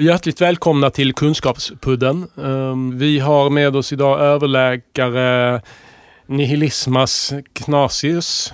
Hjärtligt välkomna till Kunskapspodden. Vi har med oss idag överläkare Nihilismas Knasius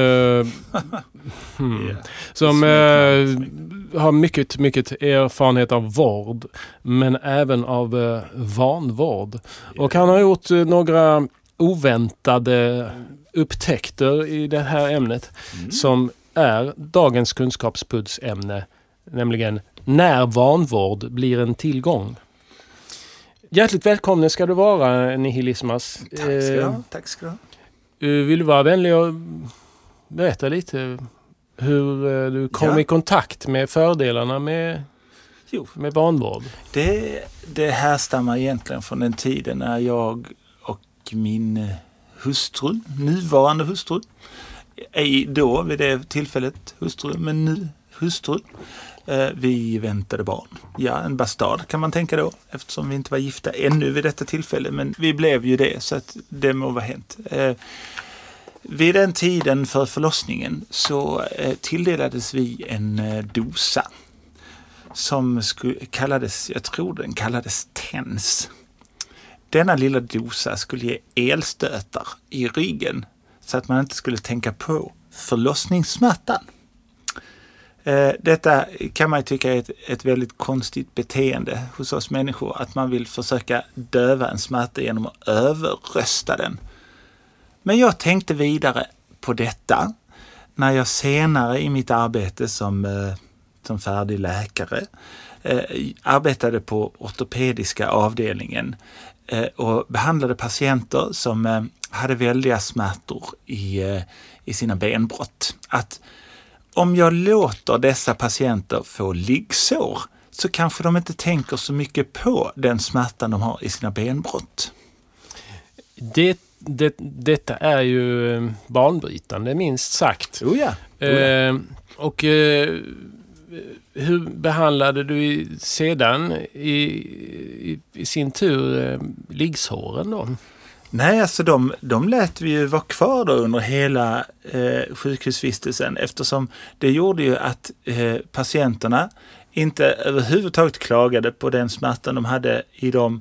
som har mycket erfarenhet av vård, men även av vanvård. Och han har gjort några oväntade upptäckter i det här ämnet som är dagens kunskapspoddsämne, nämligen när vanvård blir en tillgång. Hjärtligt välkommen ska du vara, Nihilismas. Tack ska du ha. Vill du vara vänlig och berätta lite hur du kom i kontakt med fördelarna med vanvård? Det härstammar egentligen från den tiden när jag och min hustru, nuvarande hustru, då vid det tillfället hustru, men nu hustru, vi väntade barn. Ja, en bastard kan man tänka då, eftersom vi inte var gifta ännu vid detta tillfälle, men vi blev ju det, så att det må vara hänt. Vid den tiden för förlossningen så tilldelades vi en dosa som kallades, jag tror den kallades TENS. Denna lilla dosa skulle ge elstötar i ryggen så att man inte skulle tänka på förlossningssmärtan. Detta kan man tycka är ett väldigt konstigt beteende hos oss människor, att man vill försöka döva en smärta genom att överrösta den. Men jag tänkte vidare på detta när jag senare i mitt arbete som färdig läkare arbetade på ortopediska avdelningen och behandlade patienter som hade väldiga smärtor i sina benbrott. Att om jag låter dessa patienter få liggsår så kanske de inte tänker så mycket på den smärtan de har i sina benbrott. Detta är ju banbrytande, minst sagt. Hur behandlade du sedan i sin tur liggsåren då? Nej, alltså de lät vi ju vara kvar då under hela sjukhusvistelsen, eftersom det gjorde ju att patienterna inte överhuvudtaget klagade på den smärtan de hade i de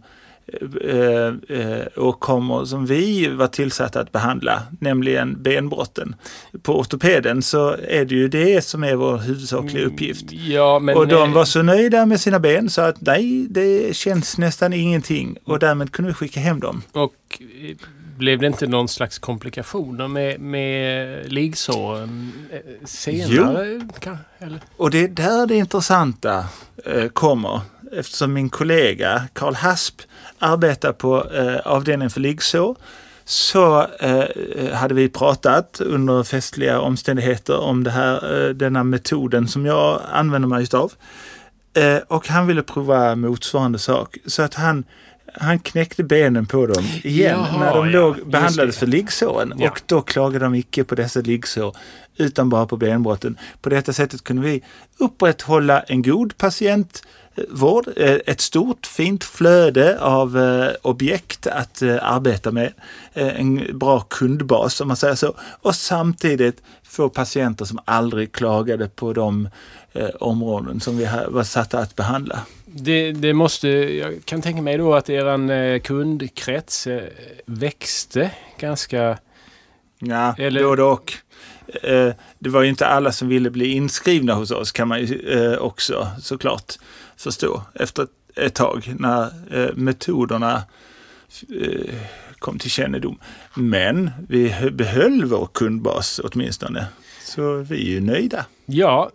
åkommor som vi var tillsatta att behandla, nämligen benbrotten. På ortopeden så är det ju det som är vår huvudsakliga uppgift. Och de var så nöjda med sina ben så att nej, det känns nästan ingenting, och därmed kunde vi skicka hem dem. Och blev det inte någon slags komplikationer med liggsåren senare? Eller? Och det är där det intressanta kommer, eftersom min kollega Karl Hasp arbetar på avdelningen för liggsår, så hade vi pratat under festliga omständigheter om denna metoden som jag använder mig av. Och han ville prova motsvarande sak, så att han knäckte benen på dem igen när de behandlades för liggsåren. Ja. Och då klagade de icke på dessa liggsår utan bara på benbrotten. På detta sättet kunde vi upprätthålla en god patientvård, ett stort fint flöde av objekt att arbeta med, en bra kundbas om man säger så, och samtidigt få patienter som aldrig klagade på de områden som vi var satta att behandla. Jag kan tänka mig då att er kundkrets växte ganska... Ja, då och. Det var ju inte alla som ville bli inskrivna hos oss, kan man ju också såklart förstå efter ett tag när metoderna kom till kännedom. Men vi behöll vår kundbas åtminstone, så vi är ju nöjda. Ja,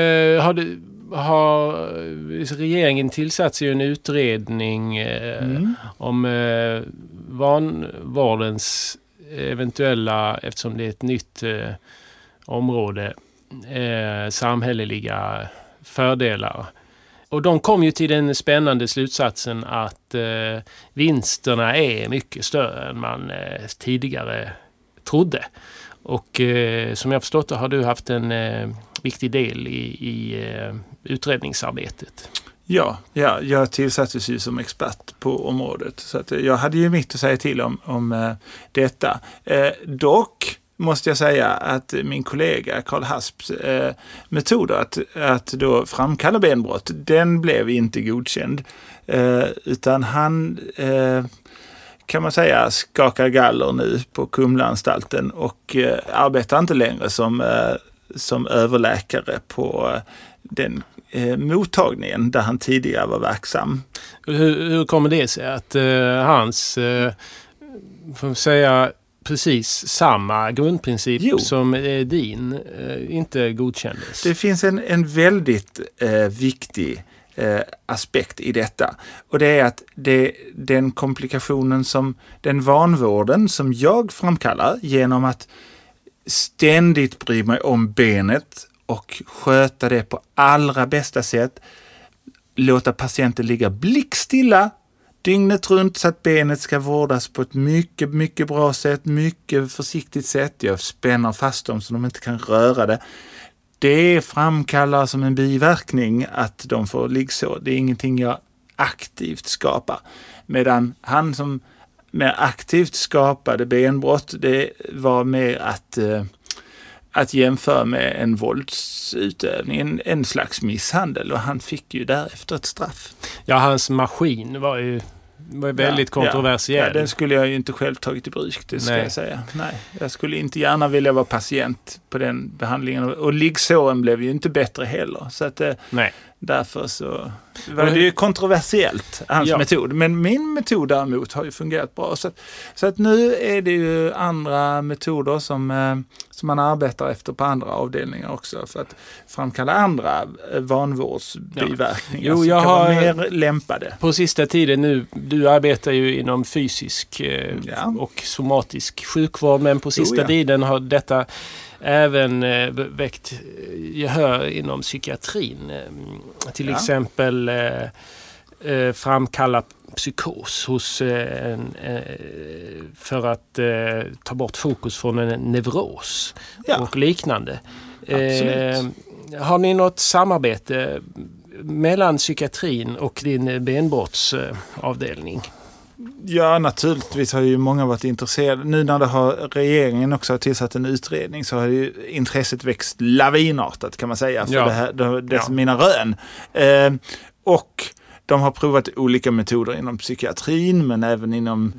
har regeringen tillsatt ju en utredning om vanvårdens eventuella, eftersom det är ett nytt område, samhälleliga fördelar. Och de kom ju till den spännande slutsatsen att vinsterna är mycket större än man tidigare trodde. Och som jag förstått har du haft en viktig del i utredningsarbetet. Ja, jag tillsattes ju som expert på området, så att jag hade ju mitt att säga till om detta. Dock måste jag säga att min kollega Karl Hasps metod att då framkalla benbrott, den blev inte godkänd. Utan han, kan man säga, skakar galler nu på Kumlaanstalten och arbetar inte längre som överläkare på den mottagningen där han tidigare var verksam. Hur kommer det sig att hans, får man säga, precis samma grundprincip som din inte godkändes? Det finns en väldigt viktig aspekt i detta. Och det är att den komplikationen den vanvården som jag framkallar genom att ständigt bry mig om benet och sköta det på allra bästa sätt, låta patienten ligga blickstilla dygnet runt så att benet ska vårdas på ett mycket, mycket bra sätt, mycket försiktigt sätt. Jag spänner fast dem så de inte kan röra det. Det framkallar som en biverkning att de får liggsår. Det är ingenting jag aktivt skapar. Medan han som mer aktivt skapade benbrott, det var mer att jämföra med en våldsutövning, en slags misshandel, och han fick ju därefter ett straff. Ja, hans maskin var ju väldigt kontroversiell. Ja, den skulle jag ju inte själv tagit i bruk, det ska jag säga. Nej, jag skulle inte gärna vilja vara patient på den behandlingen, och liggsåren blev ju inte bättre heller. Så att därför så var det ju kontroversiellt, hans metod. Men min metod däremot har ju fungerat bra. Så att nu är det ju andra metoder som man arbetar efter på andra avdelningar också för att framkalla andra vanvårdsbiverkningar som kan vara mer lämpade. På sista tiden nu, du arbetar ju inom fysisk och somatisk sjukvård, men på sista tiden har detta även väckt gehör inom psykiatrin. Till exempel framkalla psykos för att ta bort fokus från en neuros och liknande. Har ni något samarbete mellan psykiatrin och din benbrottsavdelning? Ja, naturligtvis har ju många varit intresserade. Nu när regeringen också har tillsatt en utredning så har ju intresset växt lavinartat, kan man säga, för mina rön. Och de har provat olika metoder inom psykiatrin, men även inom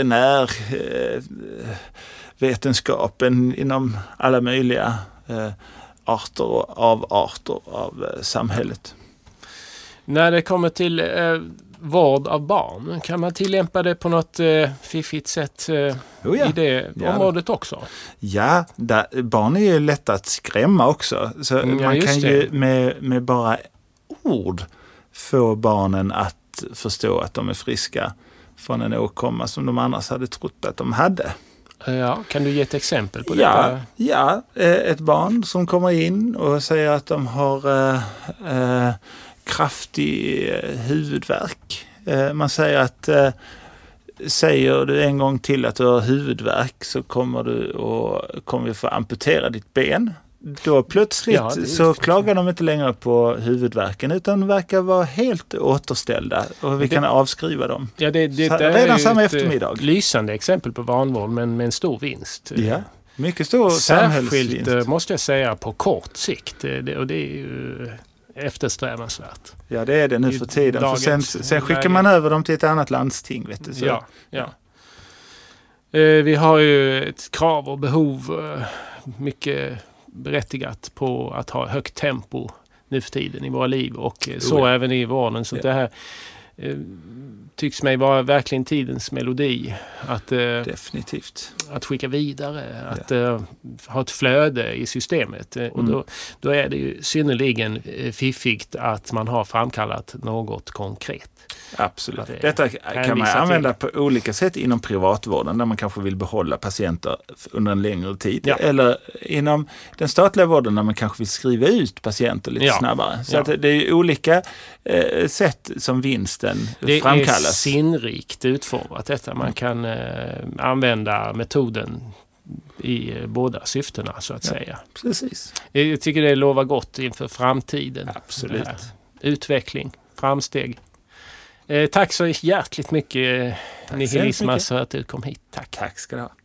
veterinärvetenskapen, inom alla möjliga arter av samhället. När det kommer till vård av barn, kan man tillämpa det på något fiffigt sätt i det området också? Ja, barn är ju lätt att skrämma också. Så man kan ju med bara ord få barnen att förstå att de är friska från en åkomma som de annars hade trott att de hade. Ja, kan du ge ett exempel på det? Ja, ett barn som kommer in och säger att de har kraftig huvudvärk. Man säger att säger du en gång till att du har huvudvärk så kommer vi få amputera ditt ben. Då plötsligt så klagar de inte längre på huvudvärken utan verkar vara helt återställda och vi kan avskriva dem. Ja, det redan samma eftermiddag. Lysande exempel på vanvård, men med en stor vinst. Ja, mycket stor samhällsvinst. Särskilt måste jag säga på kort sikt, och det är ju eftersträvansvärt. Ja, det är det nu för tiden. För sen skickar man över dem till ett annat landsting. Vet du, så. Ja. Vi har ju ett krav och behov, mycket berättigat, på att ha högt tempo nu för tiden i våra liv och även i vården. Så det här tycks mig vara verkligen tidens melodi definitivt. Att skicka vidare, att ha ett flöde i systemet. Och då är det ju synnerligen fiffigt att man har framkallat något konkret. Absolut. Detta kan man använda på olika sätt inom privatvården där man kanske vill behålla patienter under en längre tid. Ja. Eller inom den statliga vården där man kanske vill skriva ut patienter lite snabbare. Så att det är olika sätt som vinsten framkallas. Det är sinnrikt utformat detta. Man kan använda metoden i båda syftena så att säga. Precis. Jag tycker det lovar gott inför framtiden. Absolut. Utveckling, framsteg. Tack så hjärtligt mycket, Nihilismas, för att du kom hit. Tack ska du ha.